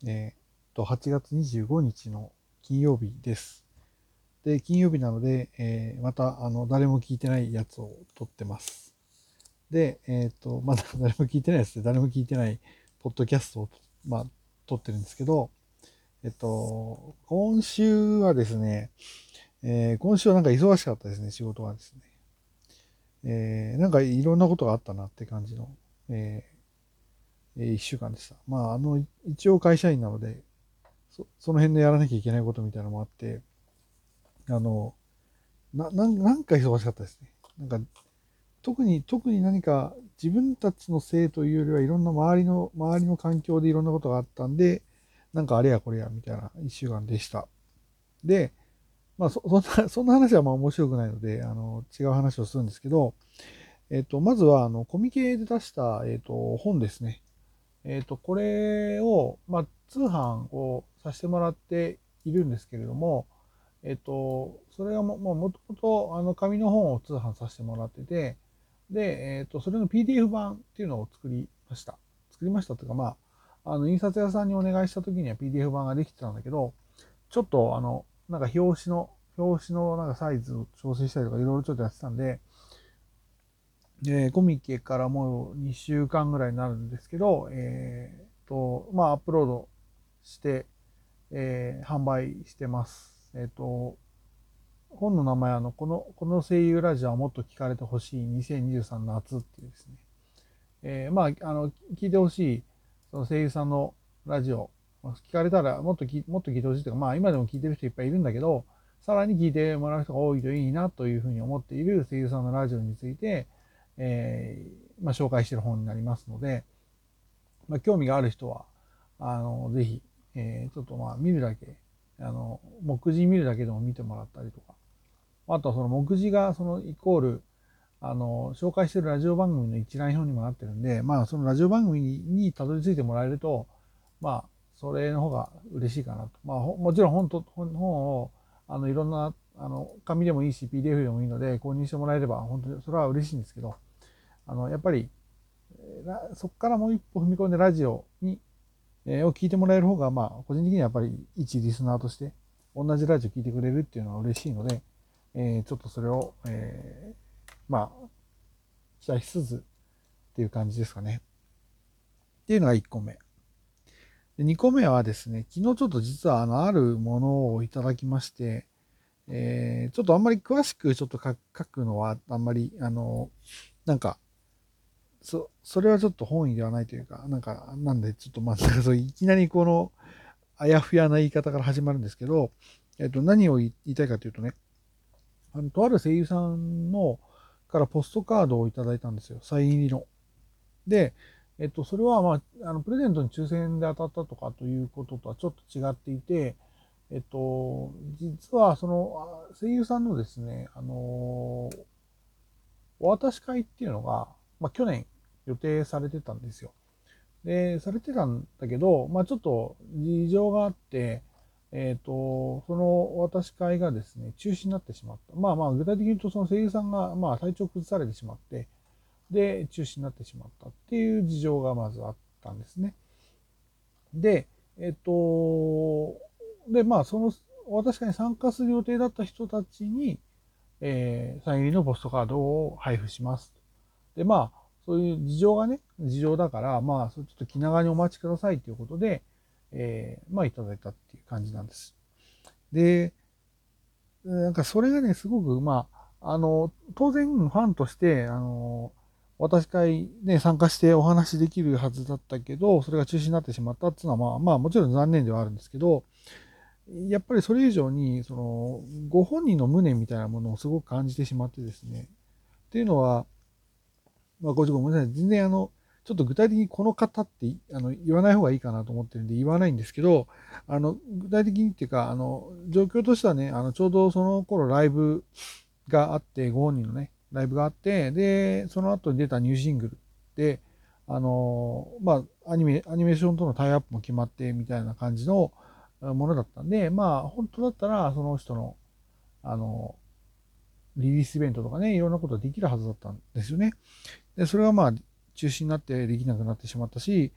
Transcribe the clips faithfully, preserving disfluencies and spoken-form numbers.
えー、と、はちがつにじゅうごにちの金曜日です。で、金曜日なので、えー、また、あの、誰も聞いてないやつを撮ってます。で、えっ、と、まだ誰も聞いてないやつで、誰も聞いてないポッドキャストを、まあ、撮ってるんですけど、えっと、今週はですね、えー、今週はなんか忙しかったですね、仕事がですね。えー、なんかいろんなことがあったなって感じの、えー、一週間でした。まあ、あの、一応会社員なので、そその辺でやらなきゃいけないことみたいなのもあって、あの、な、なん、なんか忙しかったですね。なんか、特に、特に何か自分たちのせいというよりはいろんな周りの、周りの環境でいろんなことがあったんで、なんかあれやこれやみたいな一週間でした。で、まあそ、そんな、そんな話はまあ面白くないので、あの、違う話をするんですけど、えっと、まずは、あの、コミケで出した、えっと、本ですね。えっと、これを、まあ、通販をさせてもらっているんですけれども、えっと、それがも、もうもともと、あの、紙の本を通販させてもらってて、で、えっと、それの ピーディーエフ 版っていうのを作りました。作りましたというか、まあ、あの、印刷屋さんにお願いした時には ピーディーエフ 版ができてたんだけど、ちょっと、あの、なんか表紙の、表紙のなんかサイズを調整したりとかいろいろちょっとやってたんで、えー、コミケからもうにしゅうかんぐらいになるんですけど、えー、と、まあ、アップロードして、えー、販売してます。えっ、と、本の名前はあの、この、この声優ラジオはもっと聞かれてほしいにせんにじゅうさん夏っていうですね。えー、まあ、あの、聞いてほしい、その声優さんのラジオ、聞かれたらもっとき、もっと聞いてほしいというか、まあ、今でも聞いてる人いっぱいいるんだけど、さらに聞いてもらう人が多いといいなというふうに思っている声優さんのラジオについて、えー、まあ、紹介している本になりますので、まあ、興味がある人は、あの、ぜひ、えー、ちょっとまあ、見るだけ、あの、目次見るだけでも見てもらったりとか、あとはその目次がそのイコール、あの、紹介してるラジオ番組の一覧表にもなってるんで、まあ、そのラジオ番組にたどり着いてもらえると、まあ、それの方が嬉しいかなと。まあ、もちろん本と、本を、あの、いろんな、あの、紙でもいいし、ピーディーエフ でもいいので、購入してもらえれば、本当にそれは嬉しいんですけど、あの、やっぱり、そこからもう一歩踏み込んでラジオに、えー、を聞いてもらえる方が、まあ、個人的にはやっぱり一リスナーとして、同じラジオ聞いてくれるっていうのは嬉しいので、えー、ちょっとそれを、えー、まあ、期待しつつっていう感じですかね。っていうのがいっこめ。でにこめはですね、昨日ちょっと実はあの、あるものをいただきまして、えー、ちょっとあんまり詳しくちょっと書くのはあんまり、あの、なんか、そ、それはちょっと本意ではないというか、なんか、なんでちょっとまあ、そういきなりこの、あやふやな言い方から始まるんですけど、えっと、何を言いたいかというとね、あの、とある声優さんの、からポストカードをいただいたんですよ。サイン入りの。で、えっと、それは、まあ、あの、プレゼントに抽選で当たったとかということとはちょっと違っていて、えっと、実は、その、声優さんのですね、あの、お渡し会っていうのが、まあ、去年予定されてたんですよ。で、されてたんだけど、まあ、ちょっと事情があって、えっと、そのお渡し会がですね、中止になってしまった。まあまあ、具体的に言うと、その声優さんが、まあ、体調崩されてしまって、で、中止になってしまったっていう事情がまずあったんですね。で、えっと、で、まあ、その、私が参加する予定だった人たちに、えー、サイン入りのポストカードを配布します。で、まあ、そういう事情がね、事情だから、まあ、ちょっと気長にお待ちくださいということで、えー、まあ、いただいたっていう感じなんです。で、なんかそれがね、すごく、まあ、あの、当然ファンとして、あの、私会ね、参加してお話できるはずだったけど、それが中止になってしまったっていうのは、まあ、まあ、もちろん残念ではあるんですけど、やっぱりそれ以上に、その、ご本人の無念みたいなものをすごく感じてしまってですね。っていうのは、まあ、ごめんなさい。全然あの、ちょっと具体的にこの方ってあの言わない方がいいかなと思ってるんで言わないんですけど、あの、具体的にっていうか、あの、状況としてはね、あの、ちょうどその頃ライブがあって、ご本人のね、ライブがあって、で、その後に出たニューシングルで、あの、まあ、アニメ、アニメーションとのタイアップも決まってみたいな感じのものだったんで、まあ、本当だったら、その人の、あの、リリースイベントとかね、いろんなことができるはずだったんですよね。で、それがまあ中止になってできなくなってしまったし、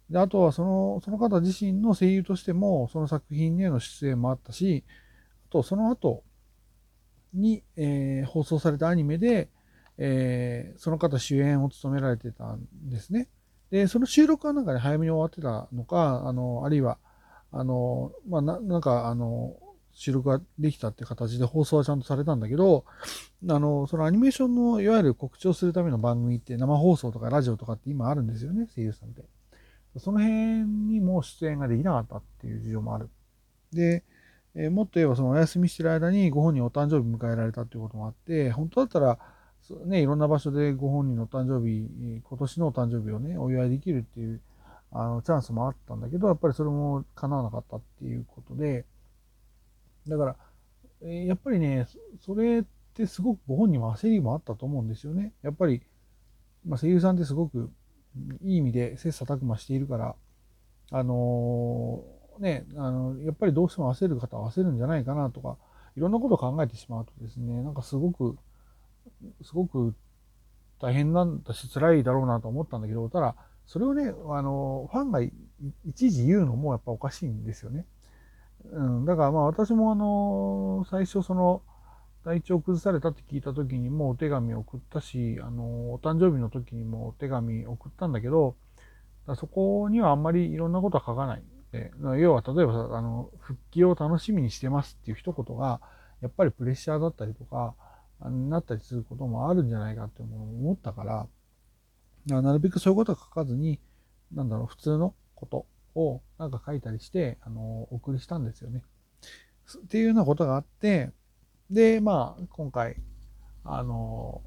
で、あとはその、その方自身の声優としても、その作品への出演もあったし、あとその後に、えー放送されたアニメで、えーその方主演を務められてたんですね。で、その収録はなんかね、早めに終わってたのか、あの、あるいは、あの、まあ、な、なんか、あの、収録ができたって形で放送はちゃんとされたんだけど、あの、そのアニメーションのいわゆる告知をするための番組って生放送とかラジオとかって今あるんですよね、声優さんって。その辺にも出演ができなかったっていう事情もある。で、えーもっと言えばそのお休みしてる間にご本人お誕生日迎えられたっていうこともあって、本当だったら、そうね、いろんな場所でご本人のお誕生日、今年のお誕生日をね、お祝いできるっていうあのチャンスもあったんだけど、やっぱりそれも叶わなかったっていうことで、だから、えーやっぱりね、そそれってすごくご本人も焦りもあったと思うんですよね。やっぱり、まあ、声優さんってすごくいい意味で切磋琢磨しているから、あのーね、あの、やっぱりどうしても焦る方は焦るんじゃないかなとか、いろんなことを考えてしまうとですね、なんかすごく、すごく大変なんだし、辛いだろうなと思ったんだけど、ただ、それをね、あの、ファンがい一時言うのもやっぱおかしいんですよね。うん、だからまあ私もあの、最初その、体調崩されたって聞いた時にもお手紙を送ったし、あの、お誕生日の時にもお手紙送ったんだけど、そこにはあんまりいろんなことは書かない。で要は例えばさ、あの、復帰を楽しみにしてますっていう一言が、やっぱりプレッシャーだったりとか、なったりすることもあるんじゃないかって思ったから、なるべくそういうことは書かずに、なんだろう、普通のことをなんか書いたりして、あの、お送りしたんですよね。っていうようなことがあって、で、まあ、今回、あの、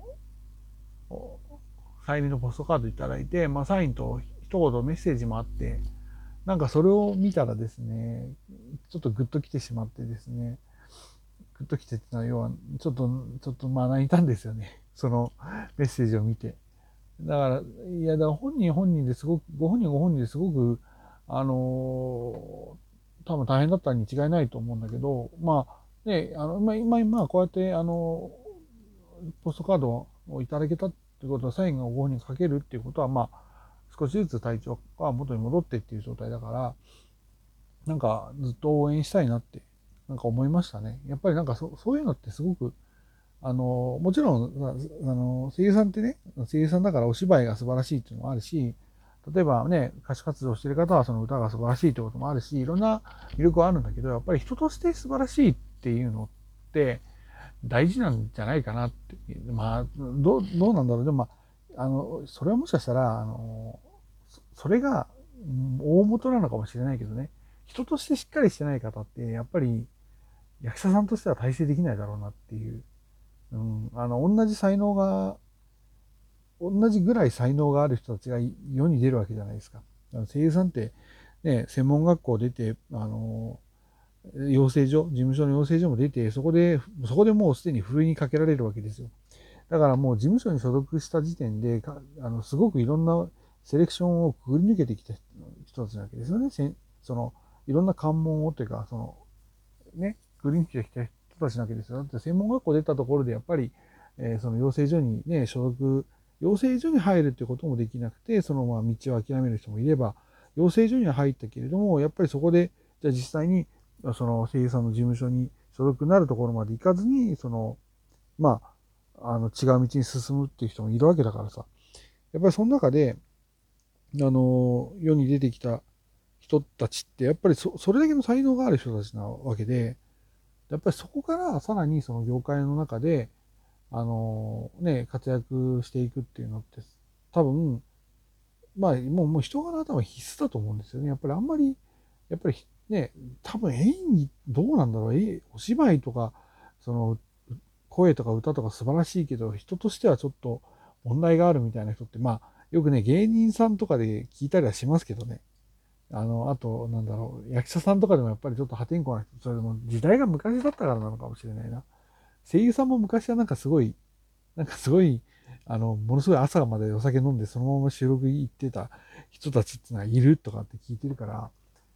サインのポストカードいただいて、まあ、サインと一言メッセージもあって、なんかそれを見たらですね、ちょっとグッと来てしまってですね、グッと来てってのは要は、ちょっと、ちょっとまあ泣いたんですよね。そのメッセージを見て。だから、いや、だから本人本人ですごく、ご本人ご本人ですごく、あのー多分大変だったに違いないと思うんだけど、まあ、ね、あの、まあ、今、今、こうやって、あの、ポストカードをいただけたっていうことは、サインがご本人書けるっていうことは、まあ、少しずつ体調が元に戻ってっていう状態だから、なんかずっと応援したいなってなんか思いましたね。やっぱりなんかそそういうのってすごくあのもちろんあの声優さんってね声優さんだからお芝居が素晴らしいっていうのもあるし、例えばね歌手活動してる方はその歌が素晴らしいってこともあるし、いろんな魅力はあるんだけど、やっぱり人として素晴らしいっていうのって大事なんじゃないかなって。まあどうどうなんだろう。でもまああのそれはもしかしたらあのそれが大元なのかもしれないけどね、人としてしっかりしてない方ってやっぱり役者さんとしては大成できないだろうなっていう、うん、あの同じ才能が同じぐらい才能がある人たちが世に出るわけじゃないですか。声優さんってね、専門学校出てあの養成所事務所の養成所も出て、そこでそこでもうすでにふるいにかけられるわけですよ。だからもう事務所に所属した時点であのすごくいろんなセレクションをくぐり抜けてきた人たちなわけですよね。そのいろんな関門をというか、そのね、くぐり抜けてきた人たちなわけですよ。だって専門学校出たところでやっぱり、えー、その養成所にね、所属、養成所に入るってこともできなくて、そのまあ道を諦める人もいれば、養成所には入ったけれども、やっぱりそこで、じゃあ実際にその声優さんの事務所に所属になるところまで行かずに、その、まあ、あの違う道に進むっていう人もいるわけだからさ。やっぱりその中で、あの、世に出てきた人たちって、やっぱりそそれだけの才能がある人たちなわけで、やっぱりそこからさらにその業界の中で、あの、ね、活躍していくっていうのって、多分、まあ、もう、もう人柄は多分必須だと思うんですよね。やっぱりあんまり、やっぱりね、多分演技、どうなんだろう、え、お芝居とか、その、声とか歌とか素晴らしいけど、人としてはちょっと問題があるみたいな人って、まあ、よくね、芸人さんとかで聞いたりはしますけどね。あの、あと、なんだろう、役者さんとかでもやっぱりちょっと破天荒な人、それでも時代が昔だったからなのかもしれないな。声優さんも昔はなんかすごい、なんかすごい、あの、ものすごい朝までお酒飲んでそのまま収録行ってた人たちっていうのはいるとかって聞いてるから、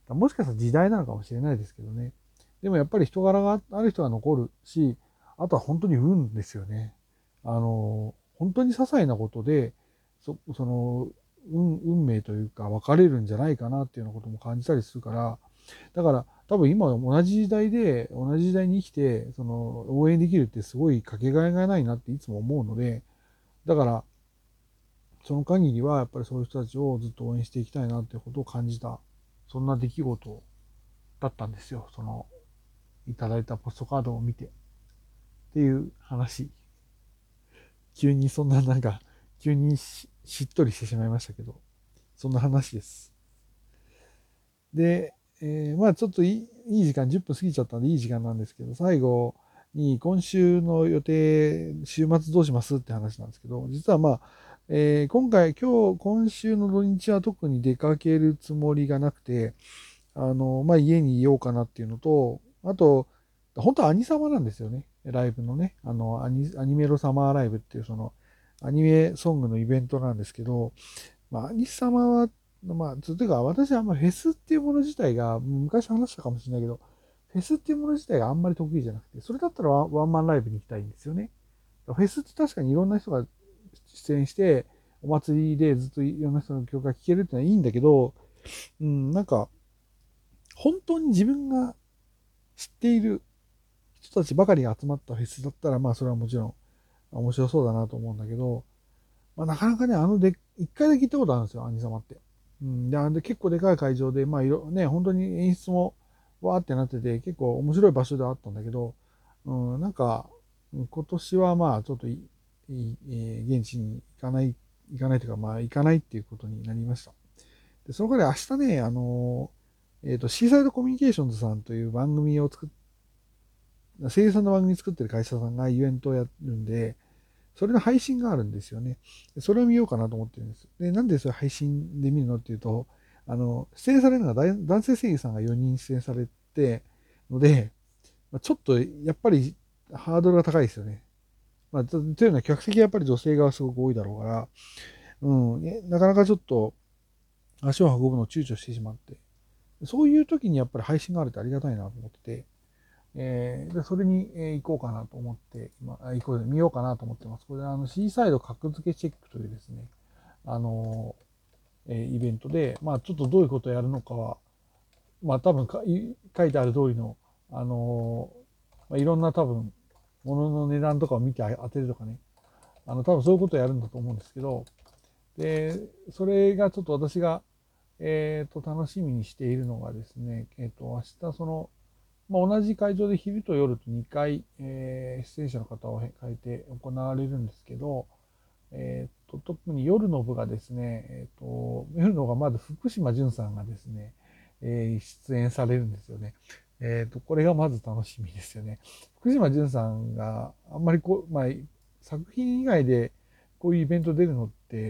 もしかしたら時代なのかもしれないですけどね。でもやっぱり人柄がある人が残るし、あとは本当に運ですよね。あの、本当に些細なことで、そその、 運、運命というか分かれるんじゃないかなっていうようなことも感じたりするから、だから多分今同じ時代で、同じ時代に生きて、その応援できるってすごいかけがえがないなっていつも思うので、だからその限りはやっぱりそういう人たちをずっと応援していきたいなっていうことを感じた、そんな出来事だったんですよ。そのいただいたポストカードを見てっていう話。急にそんななんか、急に し, しっとりしてしまいましたけど、そんな話です。で、えーまあちょっといいいい時間、じゅっぷん過ぎちゃったんでいい時間なんですけど、最後に今週の予定、週末どうしますって話なんですけど、実はまあ、えー今回、今日、今週の土日は特に出かけるつもりがなくて、あの、まあ家にいようかなっていうのと、あと、本当はアニサマなんですよね。ライブのね。あの、アニ、アニメロサマーライブっていうその、アニメソングのイベントなんですけど、まあ、アニサマは、まあ、つうか、私はあんまフェスっていうもの自体が、昔話したかもしれないけど、フェスっていうもの自体があんまり得意じゃなくて、それだったらワンワンマンライブに行きたいんですよね。フェスって確かにいろんな人が出演して、お祭りでずっといろんな人の曲が聴けるってのはいいんだけど、うん、なんか、本当に自分が知っている人たちばかりが集まったフェスだったら、まあ、それはもちろん面白そうだなと思うんだけど、まあ、なかなかね、あので、一回だけ行ったことあるんですよ、アニサマって。うん、で、あれで結構でかい会場で、まあ、いろ、ね、本当に演出もわーってなってて、結構面白い場所ではあったんだけど、うん、なんか、今年はまあ、ちょっといい、いいえー現地に行かない、行かないというか、まあ、行かないっていうことになりました。で、その代わり明日ね、あのえっと、シーサイドコミュニケーションズさんという番組を作っ、声優さんの番組作ってる会社さんがイベントをやるんで、それの配信があるんですよね。それを見ようかなと思ってるんです。で、なんでそれ配信で見るのっていうと、あの、出演されるのが男性声優さんがよにん出演されて、ので、ちょっとやっぱりハードルが高いですよね。まあ、というのは客席はやっぱり女性がすごく多いだろうから、うん、なかなかちょっと足を運ぶのを躊躇してしまって、そういう時にやっぱり配信があるってありがたいなと思ってて、えー、で、それに、えー行こうかなと思って、今、行こうで見ようかなと思ってます。これ、あの、シーサイド格付けチェックというですね、あのー、えーイベントで、まあ、ちょっとどういうことをやるのかは、まあ、多分かい書いてある通りの、あのーまあ、いろんな多分、物の値段とかを見て当てるとかね、あの、多分そういうことをやるんだと思うんですけど、で、それがちょっと私が、えっと、楽しみにしているのがですね、えっと、明日その、まあ、同じ会場で昼と夜とにかい、えー出演者の方を変えて行われるんですけど、えーと、特に夜の部がですね、えーと、夜の部がまず福島淳さんがですね、えー出演されるんですよね。えーと、これがまず楽しみですよね。福島淳さんがあんまりこう、まあ、作品以外でこういうイベント出るのって、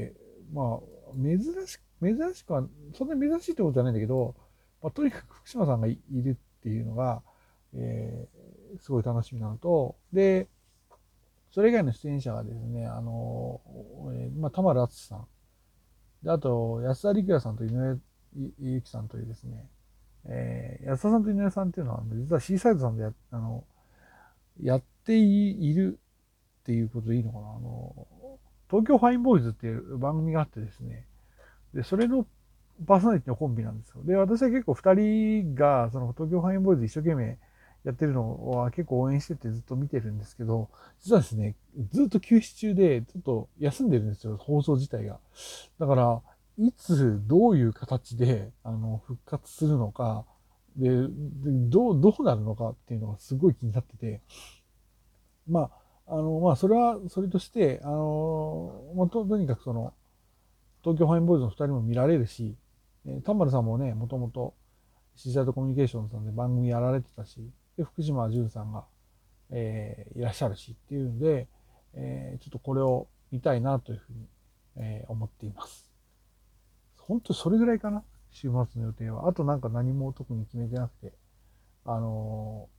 まあ、珍しく、珍しくは、そんなに珍しいってことじゃないんだけど、まあ、とにかく福島さんがいるっていうのが、えーすごい楽しみなのと、で、それ以外の出演者がですね、あの、えーまあ、田丸淳さん、で、あと、安田力也さんと井上ゆきさんというですね、えー安田さんと井上さんっていうのは、実はシーサイドさんでや、あの、やっているっていうことでいいのかな、あの、東京ファインボーイズっていう番組があってですね、で、それのパーソナリティのコンビなんですよ。で、私は結構二人が、その東京ファインボーイズ一生懸命やってるのは結構応援しててずっと見てるんですけど、実はですね、ずっと休止中で、ちょっと休んでるんですよ、放送自体が。だから、いつ、どういう形で、あの、復活するのか、で、でどう、どうなるのかっていうのがすごい気になってて、まあ、あの、まあ、それは、それとして、あの、まあ、と、とにかくその、東京ファインボーイズの二人も見られるし、え田丸さんもね、もともとシーサイドコミュニケーションさんで番組やられてたし、で福島淳さんが、えーいらっしゃるしっていうんで、えーちょっとこれを見たいなというふうに、えー思っています。本当にそれぐらいかな、週末の予定は。あとなんか何も特に決めてなくて、あの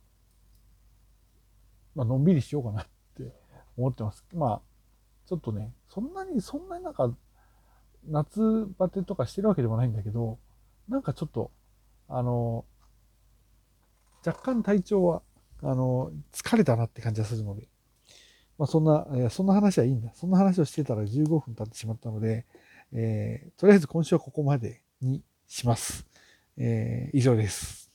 ーまあのんびりしようかなって思ってます。まあ、ちょっとね、そんなに、そんなになんか夏バテとかしてるわけでもないんだけど、なんかちょっと、あの、若干体調は、あの、疲れたなって感じがするので、まあそんな、いやそんな話はいいんだ。そんな話をしてたらじゅうごふん経ってしまったので、 えーとりあえず今週はここまでにします。えー以上です。